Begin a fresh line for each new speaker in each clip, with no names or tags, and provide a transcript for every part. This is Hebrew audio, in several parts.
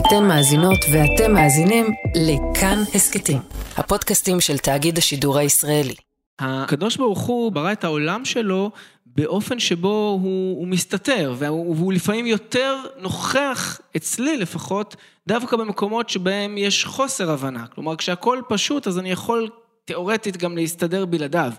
אתן מאזינות ואתם מאזינים לכאן הסקטים, הפודקאסטים של תאגיד השידור הישראלי.
הקדוש ברוך הוא ברא את העולם שלו באופן שבו הוא מסתתר, והוא לפעמים יותר נוכח, אצלי לפחות, דווקא במקומות שבהם יש חוסר הבנה. כלומר, כשהכל פשוט, אז אני יכול תיאורטית גם להסתדר בלעדיו.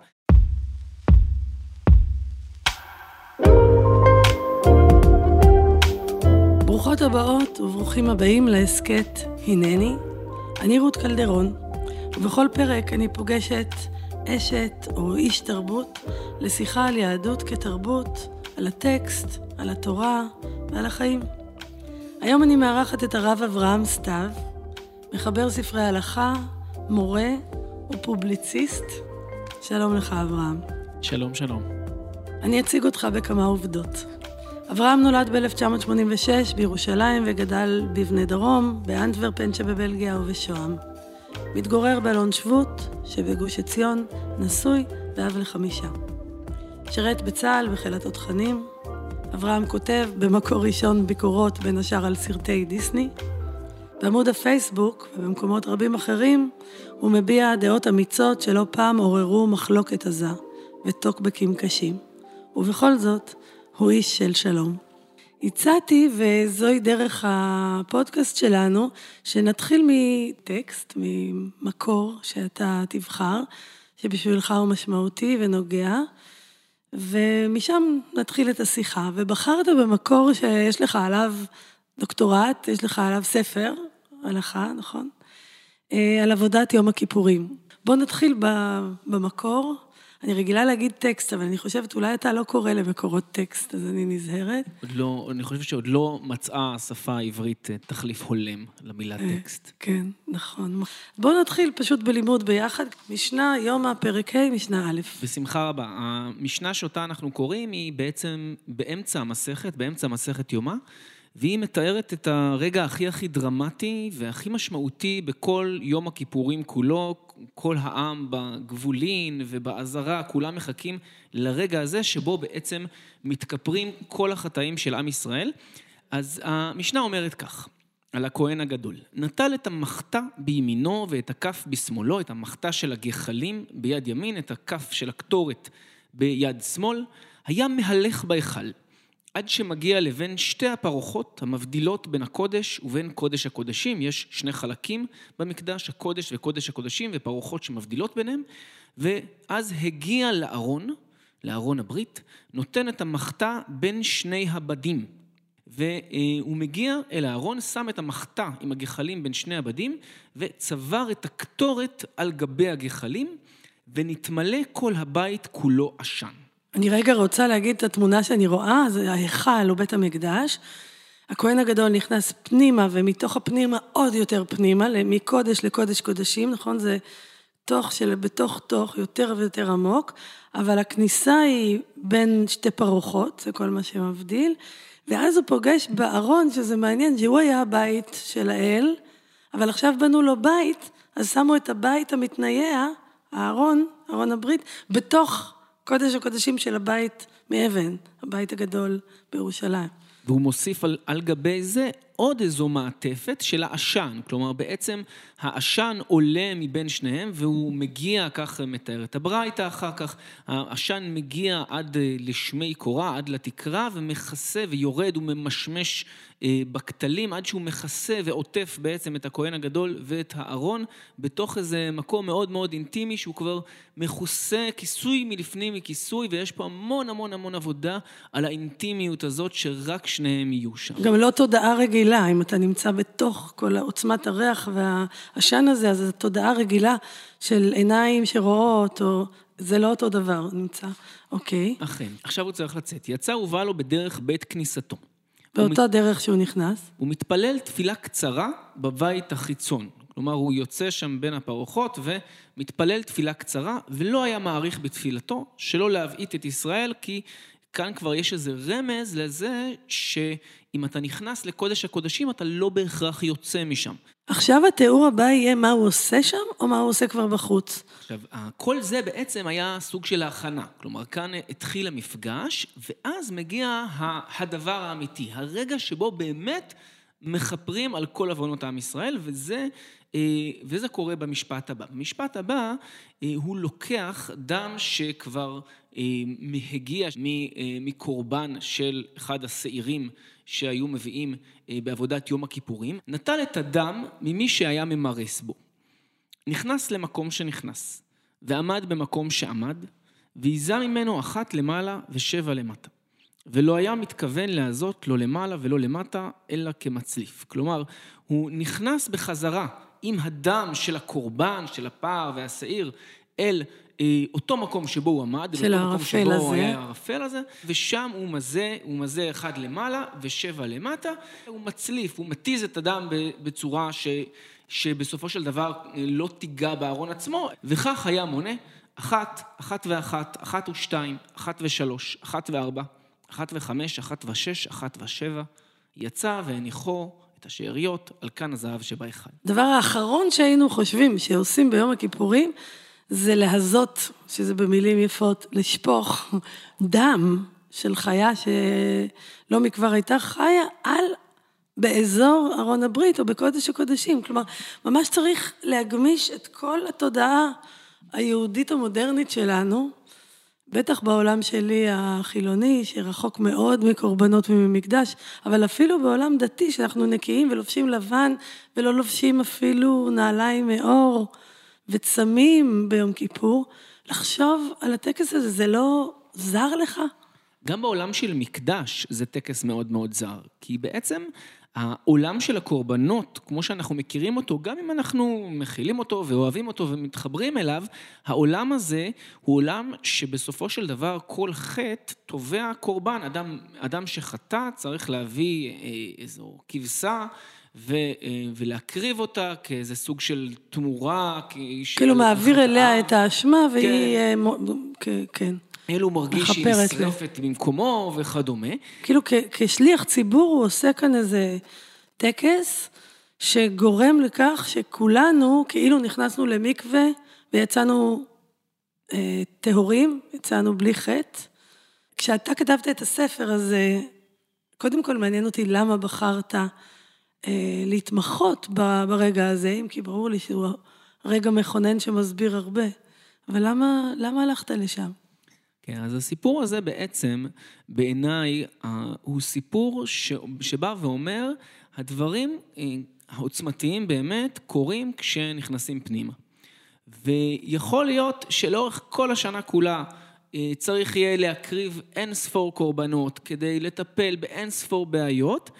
ברוכות הבאות וברוכים הבאים להסקט הנני. אני רות קלדרון, ובכל פרק אני פוגשת אשת או איש תרבות לשיחה על יהדות כתרבות, על הטקסט, על התורה ועל החיים. היום אני מארחת את הרב אברהם סתיו, מחבר ספרי הלכה, מורה ופובליציסט. שלום לך אברהם.
שלום, שלום.
אני אציג אותך בכמה עובדות. אברהם נולד ב-1986 בירושלים וגדל בבני דרום, באנטוורפן שבבלגיה ובשוהם. מתגורר באלון שבות שבגוש עציון, נשוי ואב ל5. שרת בצה"ל בחיל התותחנים. אברהם כותב במקור ראשון ביקורות בין השאר על סרטי דיסני. בעמוד הפייסבוק ובמקומות רבים אחרים הוא מביע דעות אמיצות שלא פעם עוררו מחלוקת עזה וטוקבקים קשים. ובכל זאת הוא איש של שלום. הצעתי, וזוהי דרך הפודקאסט שלנו, שנתחיל מטקסט, ממקור שאתה תבחר, שבשבילך הוא משמעותי ונוגע, ומשם נתחיל את השיחה. ובחרת במקור שיש לך עליו דוקטורט, יש לך עליו ספר, הלכה, נכון? על עבודת יום הכיפורים. בוא נתחיל במקור. אני רגילה להגיד טקסט, אבל אני חושבת, אולי אתה לא קורא למקורות טקסט, אז אני נזהרת.
אני חושב שעוד לא מצאה השפה העברית תחליף הולם למילה טקסט.
כן, נכון. בואו נתחיל פשוט בלימוד ביחד. משנה, יום הפרק ה', משנה א'.
בשמחה רבה. המשנה שאותה אנחנו קוראים היא בעצם באמצע מסכת יומא, והיא מתארת את הרגע הכי דרמטי והכי משמעותי בכל יום הכיפורים כולו. כל העם בגבולין ובעזרה, כולם מחכים לרגע הזה שבו בעצם מתכפרים כל החטאים של עם ישראל. אז המשנה אומרת כך, על הכהן הגדול. נטל את המחתה בימינו ואת הכף בשמאלו, את המחתה של הגחלים ביד ימין, את הכף של הקטורת ביד שמאל, היה מהלך בהיכל. עד שמגיע לבין שתי הפרוחות המבדילות בין הקודש ובין קודש הקודשים. יש שני חלקים במקדש, הקודש וקודש הקודשים, ופרוחות שמבדילות ביניהם. ואז הגיע לארון הברית, נותן את המחתה בין שני הבדים. והוא מגיע אל הארון, שם את המחתה עם הגחלים בין שני הבדים, וצבר את הקטורת על גבי הגחלים, ונתמלא כל הבית כולו עשן.
אני רגע רוצה להגיד את התמונה שאני רואה, זה ההיכל או בית המקדש. הכהן הגדול נכנס פנימה, ומתוך הפנימה עוד יותר פנימה, מקודש לקודש קודשים, נכון? זה תוך של בתוך תוך, יותר ויותר עמוק, אבל הכניסה היא בין שתי פרוחות, זה כל מה שמבדיל, ואז הוא פוגש בארון, שזה מעניין, שהוא היה הבית של האל, אבל עכשיו בנו לו בית, אז שמו את הבית המתנייע, הארון, ארון הברית, בתוך קודש הקודשים של הבית מאבן, הבית הגדול בירושלים.
והוא מוסיף על גבי זה עוד איזו מעטפת של העשן, כלומר בעצם העשן עולה מבין שניהם, והוא מגיע, כך מתאר את הברייתא אחר כך, העשן מגיע עד לשמי קורה, עד לתקרה, ומכסה ויורד וממשמש בכתלים, עד שהוא מכסה ועוטף בעצם את הכהן הגדול ואת הארון, בתוך איזה מקום מאוד מאוד אינטימי, שהוא כבר מכוסה, כיסוי מלפנים מכיסוי, ויש פה המון עבודה על האינטימיות הזאת, שרק שניהם יהיו שם.
גם לא תודעה רגילה, אם אתה נמצא בתוך כל עוצמת הריח והעשן הזה, אז זו תודעה רגילה של עיניים שרואות, או זה לא אותו דבר, נמצא. אוקיי.
אכן, עכשיו הוא צריך לצאת. יצא ובא לו בדרך בית כניסתו.
באותה דרך שהוא נכנס.
הוא מתפלל תפילה קצרה בבית החיצון. כלומר, הוא יוצא שם בין הפרוחות ומתפלל תפילה קצרה, ולא היה מעריך בתפילתו שלא להבעית את ישראל, כי כאן כבר יש איזה רמז לזה שאם אתה נכנס לקודש הקודשים, אתה לא בהכרח יוצא משם.
עכשיו התיאור הבא יהיה מה הוא עושה שם, או מה הוא עושה כבר בחוץ?
עכשיו, כל זה בעצם היה סוג של ההכנה. כלומר, כאן התחיל המפגש, ואז מגיע הדבר האמיתי, הרגע שבו באמת מחפרים על כל עוונות עם ישראל, וזה קורה במשפט הבא. במשפט הבא הוא לוקח דם שכבר מהגיע מקורבן של אחד השעירים שהיו מביאים בעבודת יום הכיפורים, נטל את הדם ממי שהיה ממרס בו. נכנס למקום שנכנס, ועמד במקום שעמד, והיזה ממנו 1 למעלה ו7 למטה. ולא היה מתכוון לעזות לא למעלה ולא למטה, אלא כמצליף. כלומר, הוא נכנס בחזרה עם הדם של הקורבן, של הפער והשעיר, אל אותו מקום שבו הוא עמד,
של הערפל הזה.
היה הערפל הזה, ושם הוא מזה 1 למעלה ו7 למטה, הוא מצליף, הוא מתיז את הדם בצורה שבסופו של דבר לא תיגע בארון עצמו, וכך היה מונה 1, 1 ו1, 1 ו2, 1 ו3, 1 ו4, 1 ו5, 1 ו6, 1 ו7, יצא והניחו את השאריות על כאן הזהב שבהיכל.
הדבר האחרון שהיינו חושבים שעושים ביום הכיפורים, זה להזות, שזה במילים יפות, לשפוך דם של חיה שלא מכבר הייתה חיה באזור ארון הברית או בקודש הקודשים. כלומר, ממש צריך להגמיש את כל התודעה היהודית המודרנית שלנו, בטח בעולם שלי החילוני, שרחוק מאוד מקורבנות וממקדש, אבל אפילו בעולם דתי שאנחנו נקיים ולובשים לבן, ולא לובשים אפילו נעליים מאור וצמים ביום כיפור, לחשוב על הטקס הזה, זה לא זר לך?
גם בעולם של מקדש זה טקס מאוד מאוד זר, כי בעצם העולם של הקורבנות, כמו שאנחנו מכירים אותו, גם אם אנחנו מכילים אותו ואוהבים אותו ומתחברים אליו, העולם הזה הוא עולם שבסופו של דבר כל חטא תובע קורבן. אדם שחטא צריך להביא איזו כבשה ולהקריב אותה כאיזה סוג של תמורה.
כאילו מעביר אליה את האשמה והיא, כן.
אלו מרגיש שהיא נשרפת במקומו וכדומה.
כאילו כשליח ציבור הוא עושה כאן איזה טקס שגורם לכך שכולנו כאילו נכנסנו למקווה ויצאנו טהורים, יצאנו בלי חטא. כשאתה כתבת את הספר הזה, קודם כל מעניין אותי למה בחרת להתמחות ברגע הזה, אם כי ברור לי שהוא רגע מכונן שמסביר הרבה. אבל למה הלכת לשם?
כן, אז הסיפור הזה בעצם, בעיניי, הוא סיפור שבא ואומר, הדברים העוצמתיים באמת קורים כשנכנסים פנימה. ויכול להיות שלאורך כל השנה כולה צריך יהיה להקריב אין ספור קורבנות כדי לטפל באין ספור בעיות,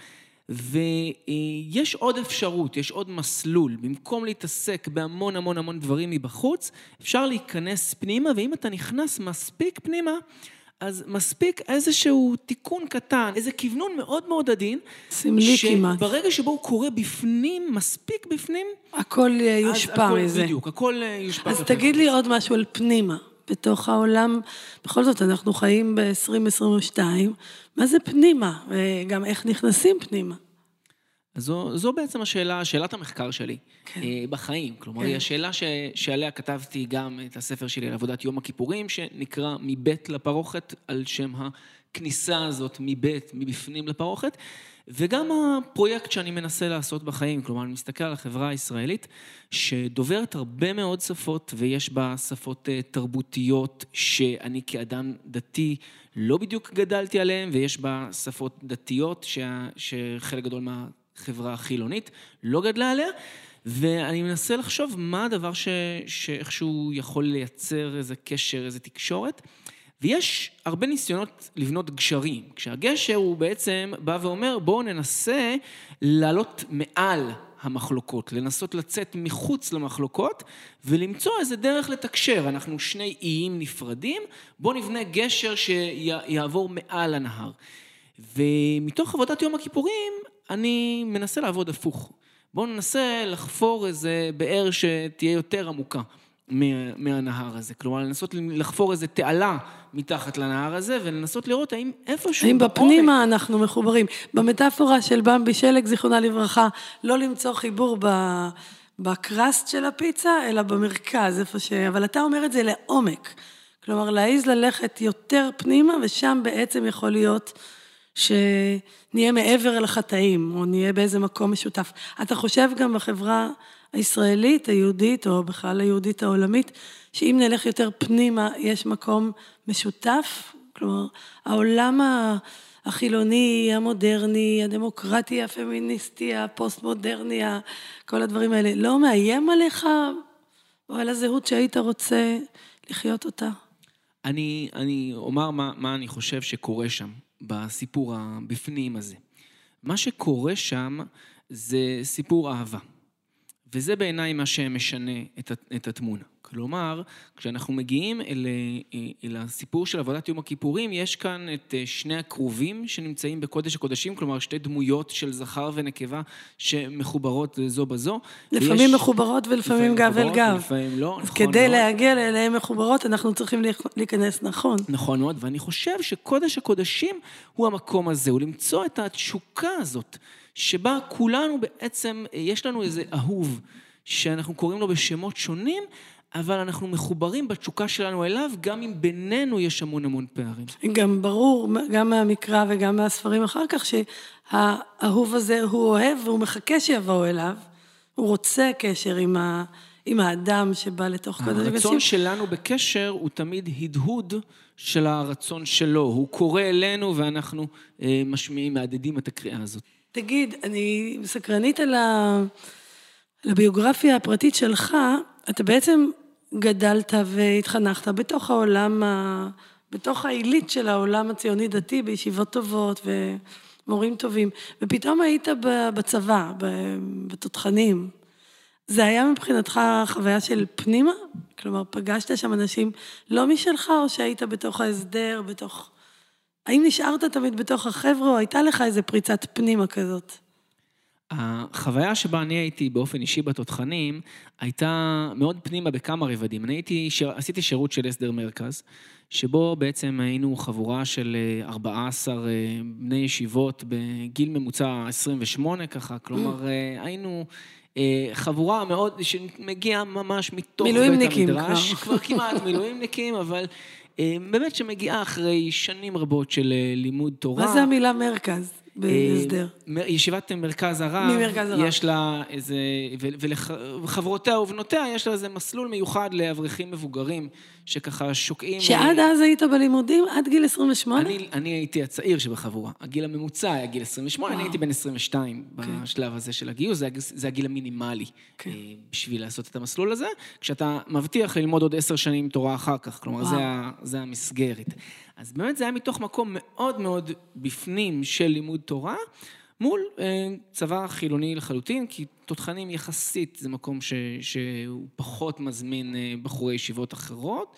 ויש עוד אפשרות, יש עוד מסלול, במקום להתעסק בהמון המון המון דברים מבחוץ, אפשר להיכנס פנימה, ואם אתה נכנס מספיק פנימה, אז מספיק איזשהו תיקון קטן, איזה כיוונון מאוד מאוד עדין,
סמלי כמעט.
שברגע שבו הוא קורה בפנים, מספיק בפנים,
הכל יושפע מזה.
בדיוק, הכל יושפע.
אז תגיד לי עוד משהו על פנימה, בתוך העולם, בכל זאת אנחנו חיים ב-2022, מה זה פנימה, וגם איך נכנסים פנימה?
אז זו בעצם שאלת המחקר שלי, כן. בחיים. כלומר, היא השאלה שעליה כתבתי גם את הספר שלי על עבודת יום הכיפורים, שנקרא מבית לפרוכת, על שם הכניסה הזאת מבפנים לפרוכת, וגם הפרויקט שאני מנסה לעשות בחיים, כלומר, אני מסתכל על החברה הישראלית, שדוברת הרבה מאוד שפות, ויש בה שפות תרבותיות, שאני כאדם דתי לא בדיוק גדלתי עליהן, ויש בה שפות דתיות, שחלק גדול חברה חילונית, לא גדלה עליה, ואני מנסה לחשוב מה הדבר שאיכשהו יכול לייצר איזה קשר, איזה תקשורת, ויש הרבה ניסיונות לבנות גשרים, כשהגשר הוא בעצם בא ואומר, בואו ננסה לעלות מעל המחלוקות, לנסות לצאת מחוץ למחלוקות, ולמצוא איזה דרך לתקשר, אנחנו שני איים נפרדים, בואו נבנה גשר שיעבור מעל הנהר, ומתוך עבודת יום הכיפורים, אני מנסה לעבוד הפוך. בואו ננסה לחפור איזה באר שתהיה יותר עמוקה מהנהר הזה. כלומר, לנסות לחפור איזה תעלה מתחת לנהר הזה, ולנסות לראות האם איפשהו...
האם בפנימה אנחנו מחוברים. במטאפורה של במבי שלג, זיכרונה לברכה, לא למצוא חיבור בקרסט של הפיצה, אלא במרכז, איפה אבל אתה אומר את זה לעומק. כלומר, להעיז ללכת יותר פנימה, ושם בעצם יכול להיות שנהיה מעבר לחטאים, או נהיה באיזה מקום משותף. אתה חושב גם בחברה הישראלית, היהודית, או בכלל היהודית העולמית, שאם נלך יותר פנימה, יש מקום משותף? כלומר, העולם החילוני, המודרני, הדמוקרטי, הפמיניסטי, הפוסט-מודרני, כל הדברים האלה, לא מאיים עליך, או על הזהות שהיית רוצה לחיות אותה?
אני אומר מה אני חושב שקורה שם, בסיפור הבפנים הזה. מה שקורה שם זה סיפור אהבה. וזה בעיניי מה שמשנה את התמונה. כלומר, כשאנחנו מגיעים אל הסיפור של עבודת יום הכיפורים, יש כאן את שני הקרובים שנמצאים בקודש הקודשים, כלומר שתי דמויות של זכר ונקבה שמחוברות זו בזו.
לפעמים מחוברות ולפעמים גב אל גב.
לפעמים לא,
אז כדי להגיע אליהם מחוברות, אנחנו צריכים להיכנס נכון.
נכון מאוד, ואני חושב שקודש הקודשים הוא המקום הזה, הוא למצוא את התשוקה הזאת, שבה כולנו בעצם, יש לנו איזה אהוב, שאנחנו קוראים לו בשמות שונים, אבל אנחנו מחוברים בתשוקה שלנו אליו, גם אם בינינו יש המון פערים. גם
ברור, גם מהמקרא וגם מהספרים אחר כך, שהאהוב הזה הוא אוהב, והוא מחכה שיבואו אליו, הוא רוצה קשר עם האדם שבא לתוך קודש הקודשים.
הרצון שלנו בקשר הוא תמיד הדהוד של הרצון שלו, הוא קורא אלינו ואנחנו משמיעים, מעדדים את הקריאה הזאת.
תגיד, אני מסקרנית על הביוגרפיה הפרטית שלך, אתה בעצם גדלת והתחנכת בתוך העולם, בתוך העילית של העולם הציוני דתי, בישיבות טובות ומורים טובים, ופתאום היית בצבא, בתותחנים. זה היה מבחינתך חוויה של פנימה? כלומר, פגשת שם אנשים לא משלך, או שהיית בתוך ההסדר, האם נשארת תמיד בתוך החבר'ה, או הייתה לך איזו פריצת פנימה כזאת?
החוויה שבה אני הייתי באופן אישי בתותחנים, הייתה מאוד פנימה בכמה רבדים. עשיתי שירות של הסדר מרכז, שבו בעצם היינו חבורה של 14 בני ישיבות, בגיל ממוצע 28 ככה, כלומר היינו חבורה מאוד, שמגיעה ממש מתוך בית המדרש, כבר כמעט מילואימניקים, אבל באמת שמגיעה אחרי שנים רבות של לימוד תורה.
מה זה המילה מרכז בהסדר?
ישיבת מרכז הרב, יש לה איזה, וחברותיה ובנותיה יש לה איזה מסלול מיוחד לאברכים מבוגרים, שככה שוקעים.
שעד אז היית בלימודים, עד גיל 28?
אני הייתי הצעיר שבחבורה, הגיל הממוצע היה גיל 28, אני הייתי בן 22 בשלב הזה של הגיוס, זה הגיל המינימלי בשביל לעשות את המסלול הזה, כשאתה מבטיח ללמוד עוד 10 שנים תורה אחר כך, כלומר זה המסגרת. אז באמת זה היה מתוך מקום מאוד מאוד בפנים של לימוד תורה, מול צבא חילוני לחלוטין, כי תותחנים יחסית זה מקום שהוא פחות מזמין בחורי ישיבות אחרות,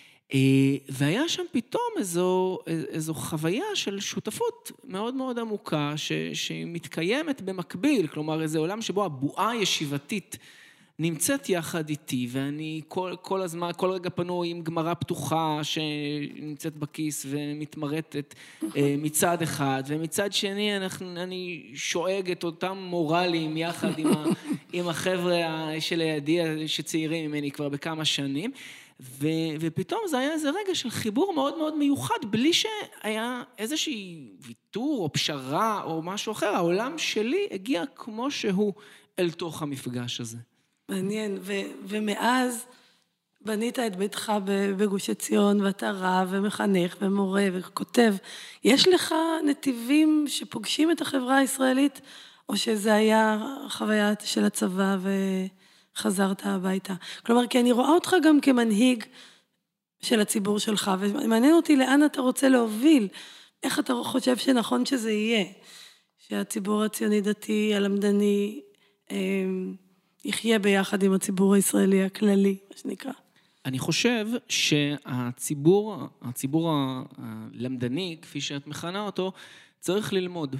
והיה שם פתאום איזו חוויה של שותפות מאוד מאוד עמוקה, שמתקיימת במקביל, כלומר איזה עולם שבו הבועה הישיבתית נמצאת יחד איתי, ואני כל הזמן, כל רגע פנו עם גמרא פתוחה שנמצאת בכיס ומתמרטת מצד אחד, ומצד שני אני שואג את אותם מורלים יחד עם החבר'ה שלידי, שצעירים ממני כבר בכמה שנים, ופתאום זה היה איזה רגע של חיבור מאוד מאוד מיוחד, בלי שהיה איזושהי ויתור או פשרה או משהו אחר, העולם שלי הגיע כמו שהוא אל תוך המפגש הזה.
מעניין, ומאז בנית את ביתך בגוש עציון, ואתה רב ומחנך ומורה וכותב. יש לך נתיבים שפוגשים את החברה הישראלית, או שזה היה חוויה של הצבא וחזרת הביתה? כלומר, כי אני רואה אותך גם כמנהיג של הציבור שלך, ומעניין אותי לאן אתה רוצה להוביל, איך אתה חושב שנכון שזה יהיה, שהציבור הציוני דתי, הלמדני, יחיה ביחד עם הציבור הישראלי הכללי, מה שנקרא.
אני חושב שהציבור הלמדני, כפי שאת מכנה אותו, צריך ללמוד.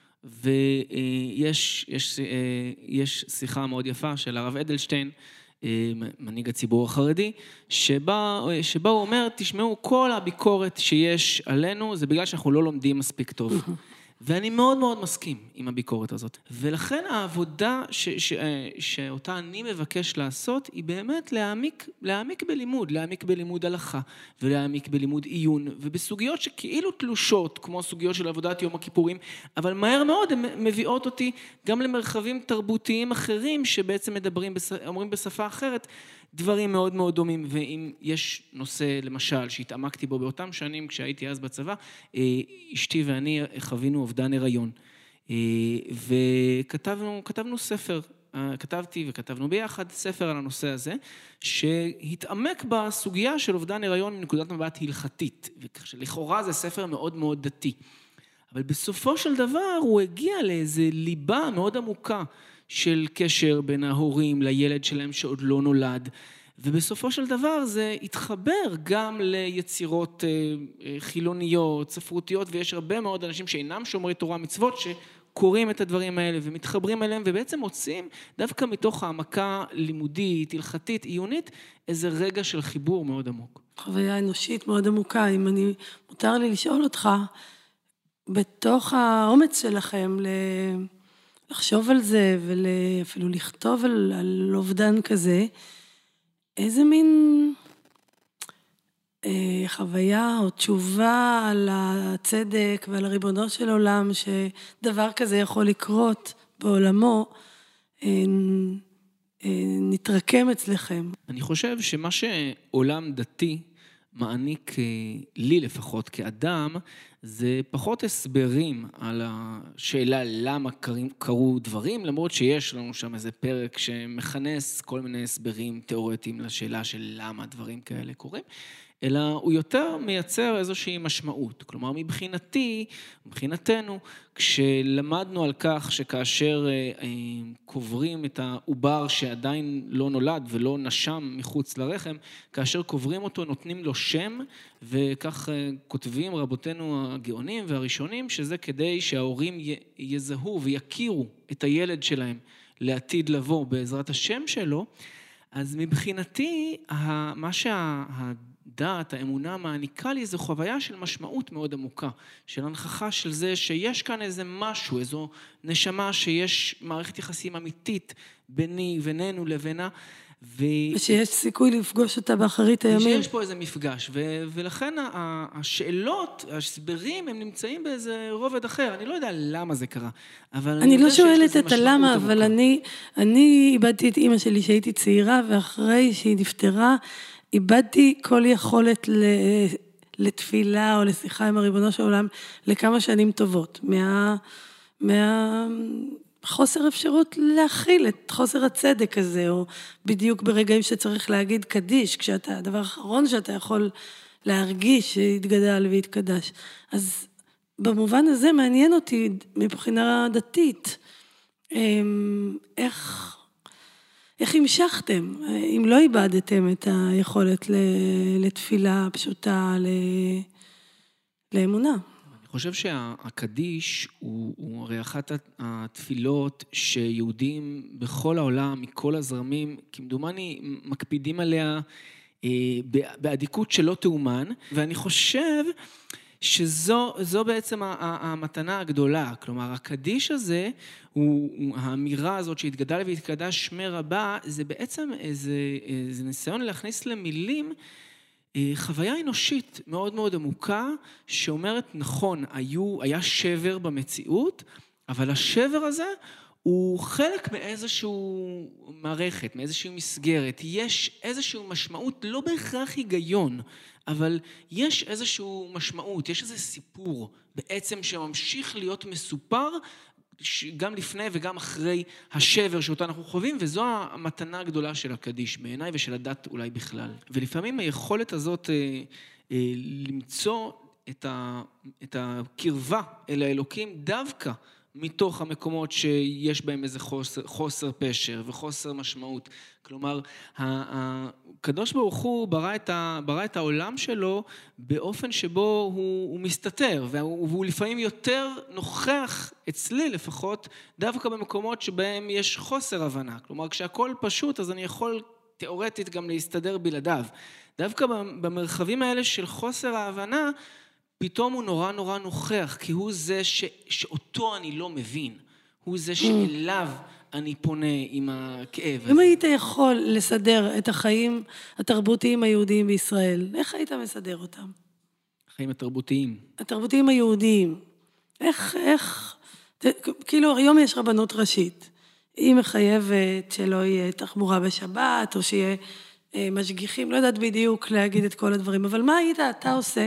ויש שיחה מאוד יפה של הרב אדלשטיין, מנהיג הציבור החרדי, שבה הוא אומר, תשמעו, כל הביקורת שיש עלינו, זה בגלל שאנחנו לא לומדים מספיק טוב. ואני מאוד מאוד מסכים עם הביקורת הזאת. ולכן העבודה שאותה אני מבקש לעשות, היא באמת להעמיק בלימוד הלכה, ולהעמיק בלימוד עיון, ובסוגיות שכאילו תלושות, כמו סוגיות של עבודת יום הכיפורים, אבל מהר מאוד הן מביאות אותי גם למרחבים תרבותיים אחרים, שבעצם אומרים בשפה אחרת, דברים מאוד מאוד דומים, ואם יש נושא, למשל, שהתעמקתי בו באותם שנים, כשהייתי אז בצבא, אשתי ואני חווינו אובדן הריון, וכתבנו ספר, וכתבנו ביחד ספר על הנושא הזה, שהתעמק בסוגיה של אובדן הריון מנקודת מבט הלכתית, ולכאורה זה ספר מאוד מאוד דתי, אבל בסופו של דבר הוא הגיע לאיזה ליבה מאוד עמוקה, של קשר בין ההורים לילד שלהם שעוד לא נולד, ובסופו של דבר זה התחבר גם ליצירות חילוניות, ספרותיות, ויש הרבה מאוד אנשים שאינם שומרי תורה מצוות, שקוראים את הדברים האלה ומתחברים אליהם, ובעצם מוצאים דווקא מתוך העמקה לימודית, הלכתית, עיונית, איזה רגע של חיבור מאוד עמוק.
חוויה אנושית מאוד עמוקה. אם מותר לי לשאול אותך, בתוך האומץ שלכם לחשוב על זה ואפילו לכתוב על אובדן כזה, איזה מין חוויה או תשובה על הצדק ועל הריבונו של עולם, שדבר כזה יכול לקרות בעולמו, נתרקם אצלכם.
אני חושב שמה שעולם דתי מעניק לי לפחות כאדם, זה פחות הסברים על השאלה למה קרו דברים, למרות שיש לנו שם איזה פרק שמכנס כל מיני הסברים תיאורטיים לשאלה של למה דברים כאלה קורים, אלא הוא יותר מייצר איזושהי משמעות. כלומר, מבחינתנו, כשלמדנו על כך שכאשר קוברים את העובר שעדיין לא נולד ולא נשם מחוץ לרחם, כאשר קוברים אותו נותנים לו שם, וכך כותבים רבותינו הגאונים והראשונים, שזה כדי שההורים יזהו ויכירו את הילד שלהם לעתיד לבוא בעזרת השם שלו. אז מבחינתי, מה הדעת, האמונה מעניקה לי, זו חוויה של משמעות מאוד עמוקה, של הנחכה של זה שיש כאן איזה משהו, איזו נשמה שיש מערכת יחסים אמיתית בינינו לבינה,
ושיש סיכוי לפגוש אותה באחרית הימים.
ושיש פה איזה מפגש, ולכן השאלות, ההסברים, הם נמצאים באיזה רובד אחר. אני לא יודע למה זה קרה, אבל
אני לא שואלת את הלמה, אבל אני איבדתי את אמא שלי שהייתי צעירה, ואחרי שהיא נפטרה, איבדתי כל יכולת לתפילה או לשיחה עם הריבונו של עולם לכמה שנים טובות, חוסר אפשרות להכיל את חוסר הצדק הזה, או בדיוק ברגעים שצריך להגיד קדיש, הדבר האחרון שאתה יכול להרגיש שהתגדל והתקדש. אז במובן הזה מעניין אותי מבחינה דתית, איך המשכתם, אם לא איבדתם את היכולת לתפילה פשוטה, לאמונה?
אני חושב שהקדיש הוא הרי אחת התפילות שיהודים בכל העולם, מכל הזרמים, כמדומני מקפידים עליה בעדיקות שלא תאומן, ואני חושב שזו בעצם המתנה הגדולה. כלומר, הקדיש הזה, האמירה הזאת שהתגדל והתקדש שמי רבה, זה בעצם איזה ניסיון להכניס למילים חוויה אנושית מאוד מאוד עמוקה, שאומרת, נכון, היה שבר במציאות, אבל השבר הזה הוא חלק מאיזשהו מערכת, מאיזושהי מסגרת. יש איזשהו משמעות, לא בהכרח היגיון, אבל יש איזשהו משמעות, יש איזה סיפור בעצם שממשיך להיות מסופר, גם לפני וגם אחרי השבר שאותה אנחנו חווים, וזו המתנה הגדולה של הקדיש בעיניי ושל הדת אולי בכלל. ולפעמים היכולת הזאת למצוא את הקרבה אל האלוקים דווקא מתוך המקומות שיש בהם איזה חוסר פשר וחוסר משמעות. כלומר, הקדוש ברוך הוא ברא את העולם שלו באופן שבו הוא מסתתר, והוא לפעמים יותר נוכח אצלי לפחות, דווקא במקומות שבהם יש חוסר הבנה. כלומר, כשהכל פשוט, אז אני יכול תיאורטית גם להסתדר בלעדיו. דווקא במרחבים האלה של חוסר ההבנה, פתאום הוא נורא נורא נוכח, כי הוא זה שאותו אני לא מבין. הוא זה שאליו אני פונה עם הכאב הזה.
אם היית יכול לסדר את החיים התרבותיים היהודיים בישראל, איך היית מסדר אותם?
החיים התרבותיים.
התרבותיים היהודיים. איך, כאילו היום יש רבנות ראשית. היא מחייבת שלא יהיה תחבורה בשבת, או שיהיה משגיחים, לא יודעת בדיוק להגיד את כל הדברים, אבל מה היית אתה עושה?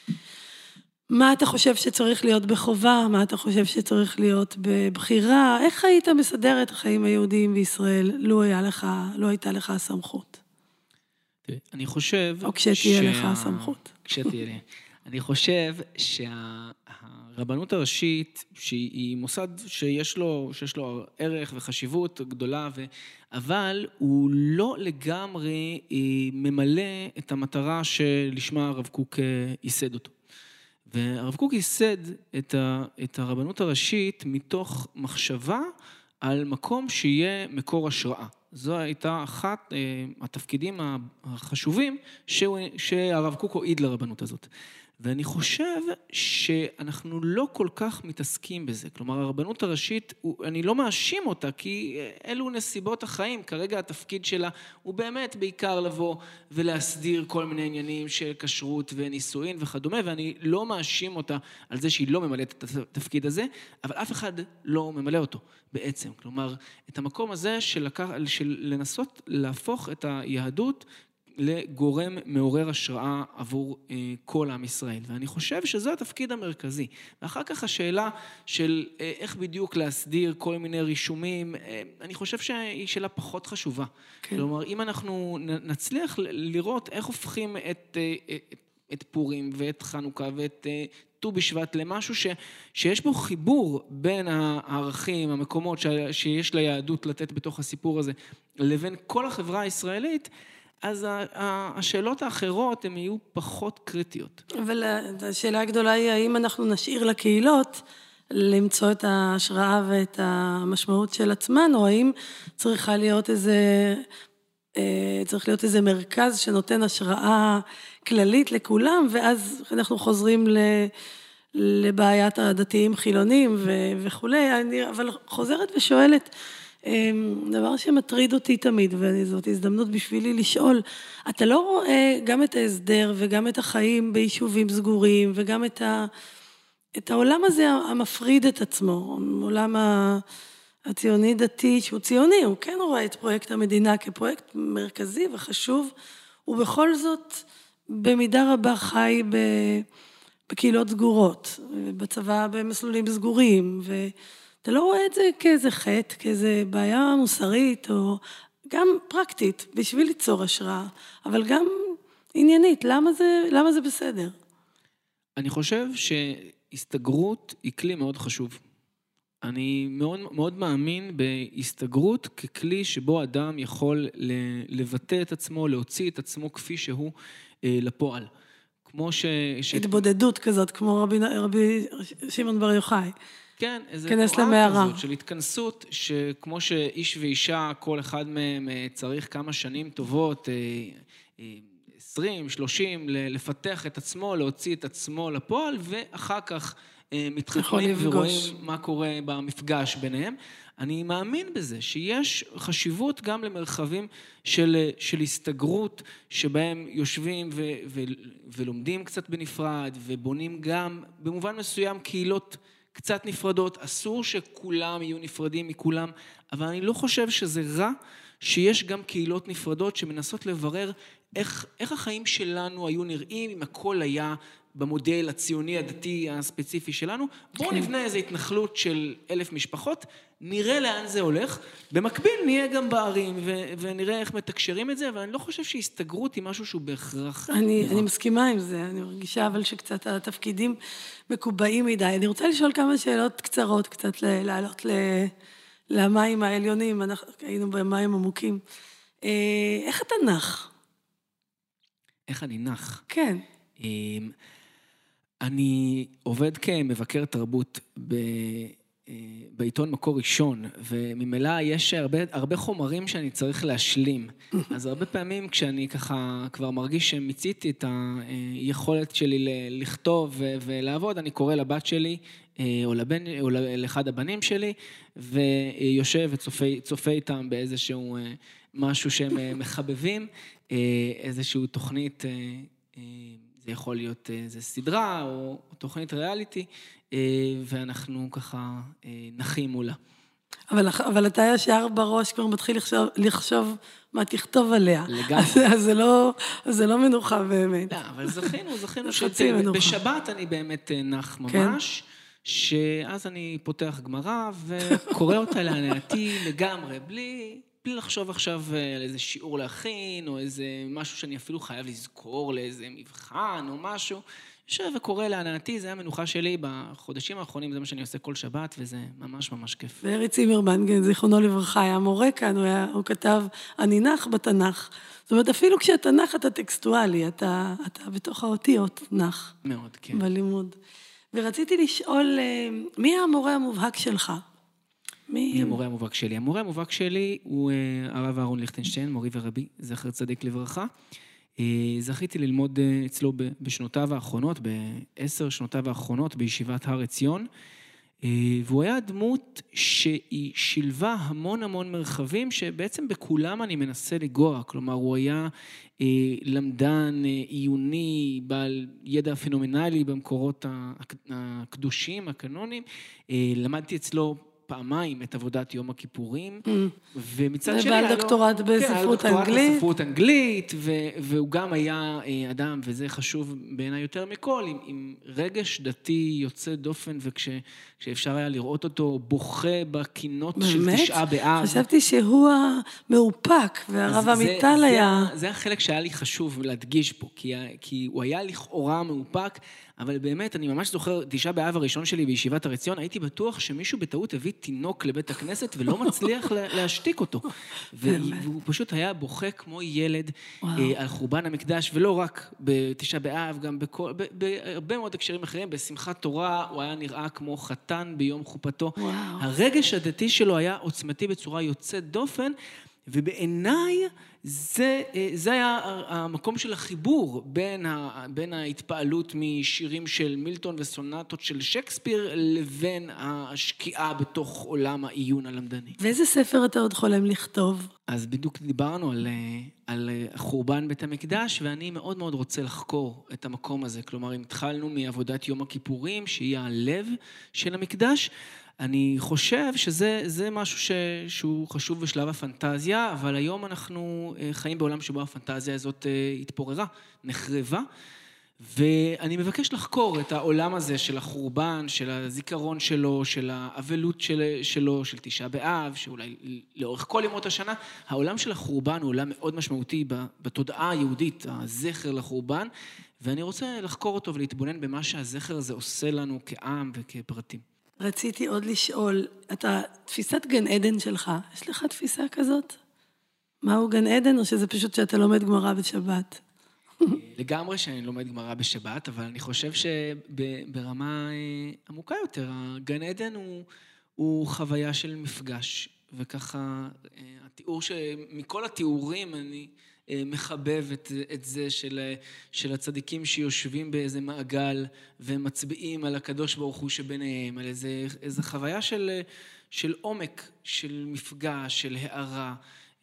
מה אתה חושב שצריך להיות בחובה? מה אתה חושב שצריך להיות בבחירה? איך היית מסדר את החיים היהודיים בישראל, לא הייתה לך הסמכות?
אני חושב...
או כשתהיה לך הסמכות.
כשתהיה לי. אני חושב שהרבנות הראשית, שהיא מוסד שיש לו ערך וחשיבות גדולה, אבל הוא לא לגמרי ממלא את המטרה שלשמה הרב קוק ייסד אותו. והרב קוק ייסד את הרבנות הראשית מתוך מחשבה על מקום שיהיה מקור השראה. זו הייתה אחת התפקידים החשובים שהרב קוק הועיד לרבנות הזאת. ואני חושב שאנחנו לא כל כך מתעסקים בזה. כלומר, הרבנות הראשית, אני לא מאשים אותה, כי אלו נסיבות החיים. כרגע התפקיד שלה הוא באמת בעיקר לבוא ולהסדיר כל מיני עניינים של כשרות ונישואין וכדומה, ואני לא מאשים אותה על זה שהיא לא ממלאת את התפקיד הזה, אבל אף אחד לא ממלא אותו בעצם. כלומר, את המקום הזה של לנסות להפוך את היהדות לגורם מעורר השראה עבור כל עם ישראל. ואני חושב שזה התפקיד המרכזי. ואחר כך השאלה של איך בדיוק להסדיר כל מיני רישומים, אני חושב שהיא שאלה פחות חשובה. כן. כלומר, אם אנחנו נצליח לראות איך הופכים את פורים ואת חנוכה ואת ט"ו בשבט למשהו שיש בו חיבור בין הערכים, המקומות שיש ליהדות לתת בתוך הסיפור הזה, לבין כל החברה הישראלית, אז השאלות האחרות הן יהיו פחות קריטיות.
אבל השאלה הגדולה היא, האם אנחנו נשאיר לקהילות למצוא את ההשראה ואת המשמעות של עצמן, או האם צריך להיות איזה מרכז שנותן השראה כללית לכולם, ואז אנחנו חוזרים לבעיית הדתיים חילונים וכו'. אבל חוזרת ושואלת, דבר שמטריד אותי תמיד, וזאת הזדמנות בשבילי לשאול, אתה לא רואה גם את ההסדר וגם את החיים ביישובים סגורים, וגם את העולם הזה המפריד את עצמו, עולם הציוני דתי, שהוא ציוני, הוא כן רואה את פרויקט המדינה כפרויקט מרכזי וחשוב, ובכל זאת במידה רבה חי בקהילות סגורות, בצבא במסלולים סגורים, אתה לא רואה את זה כאיזה חטא, כאיזה בעיה מוסרית, או גם פרקטית, בשביל ליצור השראה, אבל גם עניינית, למה זה בסדר?
אני חושב שהסתגרות היא כלי מאוד חשוב. אני מאוד, מאוד מאמין בהסתגרות ככלי שבו אדם יכול לבטא את עצמו, להוציא את עצמו כפי שהוא לפועל. כמו
התבודדות כזאת, כמו רבי שמעון בר יוחאי.
כן, איזו תנועה כזאת של התכנסות, שכמו שאיש ואישה, כל אחד מהם צריך כמה שנים טובות, 20, 30, לפתח את עצמו, להוציא את עצמו לפועל, ואחר כך מתחתנים ורואים מה קורה במפגש ביניהם. אני מאמין בזה, שיש חשיבות גם למרחבים של הסתגרות, שבהם יושבים ולומדים קצת בנפרד, ובונים גם במובן מסוים קהילות קצת נפרדות. אסור שכולם יהיו נפרדים מכולם, אבל אני לא חושב שזה רע שיש גם קהילות נפרדות שמנסות לברר איך החיים שלנו היו נראים אם הכל היה במודל הציוני הדתי הספציפי שלנו. בואו נבנה איזו התנחלות של 1,000 משפחות, נראה לאן זה הולך, במקביל נהיה גם בערים ונראה איך מתקשרים את זה, אבל אני לא חושב שהסתגרות היא משהו שהוא בהכרח.
אני מסכימה עם זה, אני מרגישה אבל שקצת התפקידים מקובעים מדי. אני רוצה לשאול כמה שאלות קצרות, קצת לעלות למים העליונים, אנחנו היינו במים עמוקים. איך אתה נח?
איך אני נח?
כן.
אני עובד כמבקר תרבות בעיתון מקור ראשון, וממילא יש הרבה חומרים שאני צריך להשלים. אז הרבה פעמים כשאני ככה כבר מרגיש שמיציתי את היכולת שלי לכתוב ולעבוד, אני קורא לבת שלי, או לאחד הבנים שלי, ויושב וצופה איתם באיזשהו משהו שהם מחבבים, איזשהו תוכנית, זה יכול להיות איזו סדרה או תוכנית ריאליטי, ואנחנו ככה נחים מולה.
אבל אתה ישר בראש כבר מתחיל לחשוב מה תכתוב עליה.
לגמרי.
אז זה לא מנוחה באמת.
לא, אבל זכינו שבשבת אני באמת נח ממש, שאז אני פותח גמרא וקורא אותה להנאתי לגמרי, בלי לחשוב עכשיו על איזה שיעור להכין, או איזה משהו שאני אפילו חייב לזכור לאיזה מבחן או משהו. יושב וקורא להנאתי, זה המנוחה שלי בחודשים האחרונים, זה מה שאני עושה כל שבת, וזה ממש ממש כיף.
וארי צימרמן, זיכרונו לברכה, היה מורה כאן, הוא כתב, אני נח בתנ"ך. זאת אומרת, אפילו כשהתנ"ך אתה טקסטואלי, אתה בתוך האותיות נח.
מאוד, כן.
בלימוד. ורציתי לשאול, מי המורה המובהק שלך?
מי המורה המובהק שלי? המורה המובהק שלי הוא הרב אהרון ליכטנשטיין, מורי ורבי, זכר צדיק לברכה. זכיתי ללמוד אצלו בשנותיו האחרונות, ב10 שנותיו האחרונות בישיבת הר עציון, והוא היה דמות שהיא שילבה המון המון מרחבים, שבעצם בכולם אני מנסה לגוע, כלומר הוא היה למדן עיוני, בעל ידע פנומנלי במקורות הקדושים, הקנונים, למדתי אצלו פעמיים את עבודת יום הכיפורים, ומצד שני...
ובעל דוקטורט בספרות אנגלית.
בספרות אנגלית, והוא גם היה אדם, וזה חשוב בעיניי יותר מכל, עם רגש דתי יוצא דופן, וכשאפשר היה לראות אותו בוכה בקינות של 9 באב.
חשבתי שהוא המאופק, והרב עמיטל היה...
זה החלק שהיה לי חשוב להדגיש פה, כי הוא היה לכאורה מאופק, אבל באמת, אני ממש זוכר, 9 באב הראשון שלי בישיבת הר עציון, הייתי בטוח שמישהו בטעות הביא תינוק לבית הכנסת, ולא מצליח להשתיק אותו. והוא פשוט היה בוכה כמו ילד על חורבן המקדש, ולא רק ב9 באב, גם בהרבה מאוד הקשרים אחרים, בשמחת תורה, הוא היה נראה כמו חתן ביום חופתו. הרגש הדתי שלו היה עוצמתי בצורה יוצאת דופן, ובעיניי זה היה המקום של החיבור בין ההתפעלות משירים של מילטון וסונטות של שייקספיר לבין השקיעה בתוך עולם העיון הלמדני.
ואיזה ספר אתה עוד חולם לכתוב?
אז בדיוק דיברנו על חורבן בית המקדש, ואני מאוד מאוד רוצה לחקור את המקום הזה. כלומר, אם התחלנו מעבודת יום הכיפורים, שהיא הלב של המקדש, אני חושב שזה משהו שהוא חשוב בשלב הפנטזיה, אבל היום אנחנו חיים בעולם שבו הפנטזיה הזאת התפוררה, נחרבה, ואני מבקש לחקור את העולם הזה של החורבן, של הזיכרון שלו, של האבלות שלו, של 9 באב, שאולי לאורך כל ימות השנה, העולם של החורבן הוא עולם מאוד משמעותי בתודעה היהודית, הזכר לחורבן, ואני רוצה לחקור אותו ולהתבונן במה שהזכר הזה עושה לנו כעם וכפרטים.
רציתי עוד לשאול, תפיסת גן עדן שלך, יש לך תפיסה כזאת? מהו גן עדן, או שזה פשוט שאתה לומד גמרא בשבת?
לגמרי שאני לומד גמרא בשבת, אבל אני חושב שברמה עמוקה יותר, הגן עדן הוא חוויה של מפגש, וככה התיאור שמכל התיאורים אני מחבב את זה של הצדיקים שיושבים באיזה מעגל ומצביעים על הקדוש ברוך הוא שביניהם, על איזה חוויה של עומק, של מפגש, של הערה,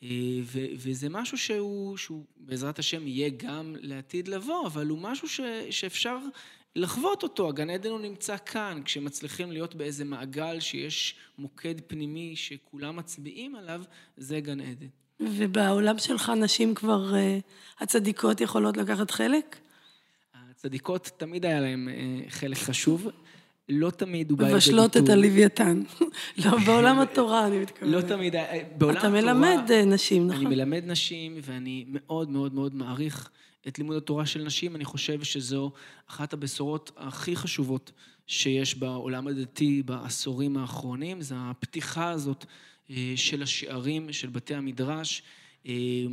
וזה משהו שהוא בעזרת השם יהיה גם לעתיד לבוא, אבל הוא משהו שאפשר לחוות אותו. הגן עדן הוא נמצא כאן, כשמצליחים להיות באיזה מעגל שיש מוקד פנימי שכולם מצביעים עליו, זה גן עדן.
ובעולם שלך נשים כבר, הצדיקות יכולות לקחת חלק?
הצדיקות תמיד היה להם חלק חשוב, לא תמיד הוא בא לידי ביטוי.
מבשלות את הלוויתן. לא, בעולם התורה אני מתכוונת.
לא תמיד, בעולם התורה...
אתה מלמד נשים, נכון?
אני מלמד נשים, ואני מאוד מאוד מאוד מעריך את לימוד התורה של נשים. אני חושב שזו אחת הבשורות הכי חשובות שיש בעולם הדתי בעשורים האחרונים, זה הפתיחה הזאת של השערים, של בתי המדרש,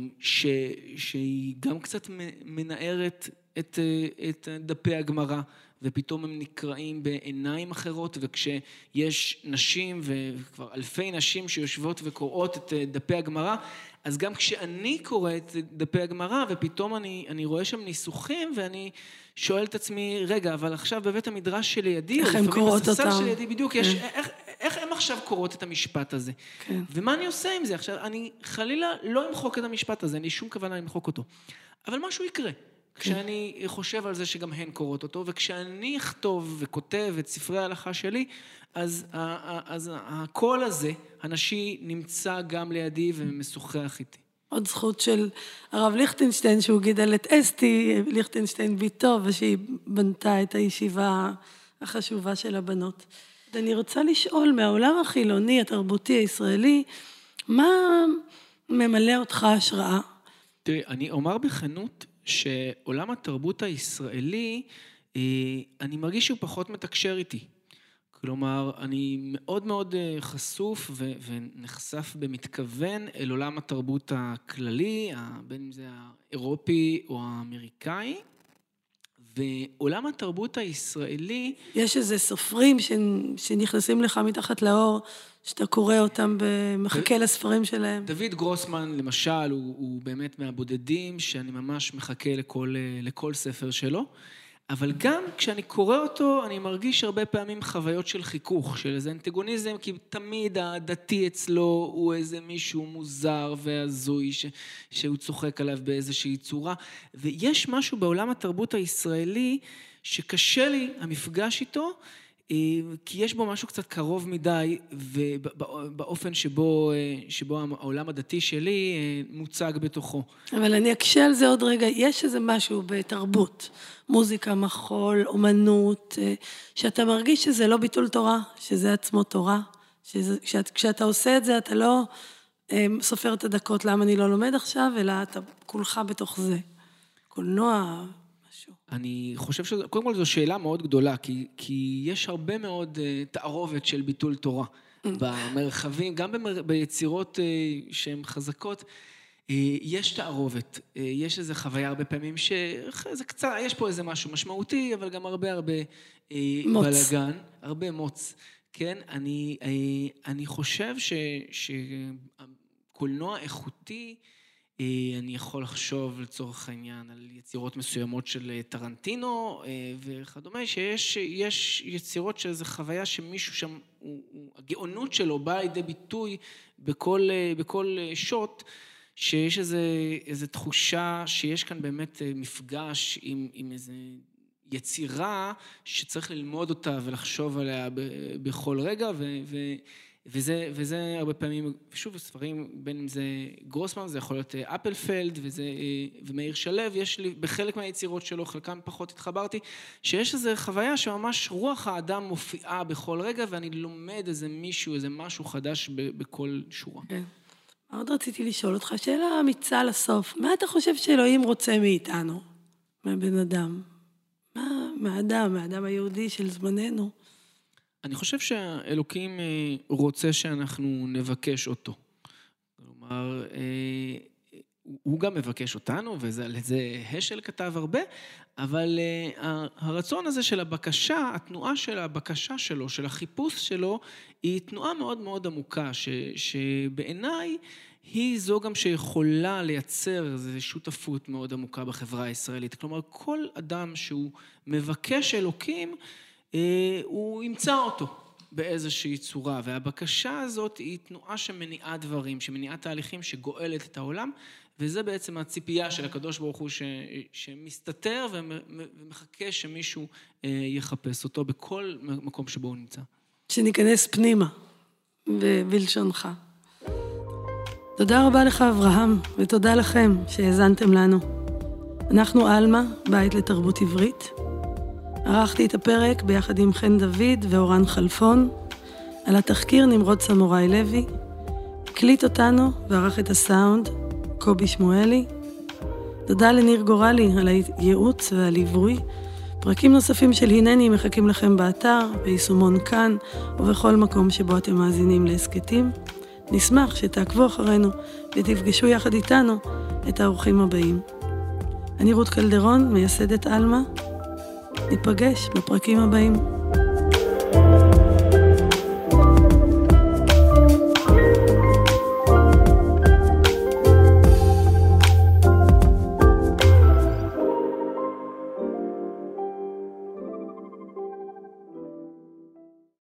שהיא גם קצת מנערת את דפי הגמרא, ופתאום הם נקראים בעיניים אחרות, וכשיש נשים, וכבר אלפי נשים שיושבות וקוראות את דפי הגמרא, אז גם כשאני קורא את דפי הגמרא, ופתאום אני רואה שם ניסוחים, ואני שואל את עצמי, רגע, אבל עכשיו בבית המדרש שלידי,
איך הם קוראות אותם?
שלידי, בדיוק, יש, איך הם עכשיו קוראות את המשפט הזה?
כן.
ומה אני עושה עם זה? עכשיו, אני חלילה לא אמחוק את המשפט הזה, אין לי שום כוונה למחוק אותו. אבל משהו יקרה. כשאני חושב על זה שגם הן קוראות אותו, וכשאני אכתוב וכותב את ספרי ההלכה שלי, אז הקול הזה, הנשי, נמצא גם לידי ומשוחח איתי.
עוד זכות של הרב ליכטנשטיין, שהוא גידל את אסתי, ליכטנשטיין ביתו, ושהיא בנתה את הישיבה החשובה של הבנות. אני רוצה לשאול, מהעולם החילוני, התרבותי הישראלי, מה ממלא אותך השראה?
תראי, אני אומר בכנות שעולם התרבות הישראלי, אני מרגיש שהוא פחות מתקשר איתי. כלומר, אני מאוד מאוד חשוף ונחשף במתכוון אל עולם התרבות הכללי, בין אם זה האירופי או האמריקאי, ועולם התרבות הישראלי...
יש איזה סופרים שנכנסים לך מתחת לאור, שאתה קורא אותם ומחכה לספרים שלהם.
דוד גרוסמן, למשל, הוא באמת מהבודדים, שאני ממש מחכה לכל ספר שלו, אבל גם כשאני קורא אותו, אני מרגיש הרבה פעמים חוויות של חיכוך, של איזה אנטגוניזם, כי תמיד הדתי אצלו הוא איזה מישהו מוזר והזוי, שהוא צוחק עליו באיזושהי צורה, ויש משהו בעולם התרבות הישראלי, שקשה לי המפגש איתו, כי יש בו משהו קצת קרוב מדי, ובאופן שבו העולם הדתי שלי מוצג בתוכו.
אבל אני אקשה על זה עוד רגע, יש איזה משהו בתרבות, מוזיקה, מחול, אומנות, שאתה מרגיש שזה לא ביטול תורה, שזה עצמו תורה, כשאתה עושה את זה אתה לא סופר את הדקות למה אני לא לומד עכשיו, אלא אתה כולך בתוך זה. קולנוע...
אני חושב שקודם כל זו שאלה מאוד גדולה, כי יש הרבה מאוד תערובת של ביטול תורה במרחבים, גם ביצירות שהן חזקות, יש תערובת, יש איזו חוויה הרבה פעמים שזה קצת, יש פה איזה משהו משמעותי, אבל גם הרבה בלגן, הרבה מוץ, כן? אני חושב שקולנוע איכותי, אני יכול לחשוב לצורך העניין על יצירות מסוימות של טרנטינו וכדומה, שיש יצירות שזה חוויה שמישהו שם, הגאונות שלו באה לידי ביטוי בכל שוט, שיש איזו תחושה שיש כאן באמת מפגש עם איזו יצירה שצריך ללמוד אותה ולחשוב עליה בכל רגע, וזה הרבה פעמים, ושוב, ספרים, בין אם זה גרוסמן, זה יכול להיות אפלפלד, ומאיר שלו, יש לי, בחלק מהיצירות שלו, חלקם פחות התחברתי, שיש איזו חוויה שממש רוח האדם מופיעה בכל רגע, ואני לומד איזה מישהו, איזה משהו חדש בכל שורה. כן.
עוד רציתי לשאול אותך, שאלה אמיצה לסוף, מה אתה חושב שאלוהים רוצה מאיתנו, מהבן אדם? מהאדם היהודי של זמננו?
אני חושב שהאלוקים רוצה שאנחנו נבקש אותו. כלומר, הוא גם מבקש אותנו, ולזה השל כתב הרבה, אבל הרצון הזה של הבקשה, התנועה של הבקשה שלו, של החיפוש שלו, היא תנועה מאוד מאוד עמוקה, שבעיניי היא זו גם שיכולה לייצר איזו שותפות מאוד עמוקה בחברה הישראלית. כלומר, כל אדם שהוא מבקש אלוקים, הוא ימצא אותו באיזושהי צורה, והבקשה הזאת היא תנועה שמניעה דברים, שמניעה תהליכים שגואלת את העולם, וזה בעצם הציפייה של הקדוש ברוך הוא שמסתתר ומחכה שמישהו יחפש אותו בכל מקום שבו הוא נמצא.
שניכנס פנימה, בלשונך. תודה רבה לך אברהם, ותודה לכם שהאזנתם לנו. אנחנו אלמה, בית לתרבות עברית. ערכתי את הפרק ביחד עם חן דוד ואורן חלפון, על התחקיר נמרוד סמוראי לוי, הקליט אותנו וערך את הסאונד קובי שמואלי. תודה לניר גורלי על הייעוץ והליווי. פרקים נוספים של הנני מחכים לכם באתר, ביישומון כאן ובכל מקום שבו אתם מאזינים להסקטים. נשמח שתעקבו אחרינו ותפגשו יחד איתנו את האורחים הבאים. אני רות קלדרון, מייסדת אלמה. ניפגש בפרקים הבאים.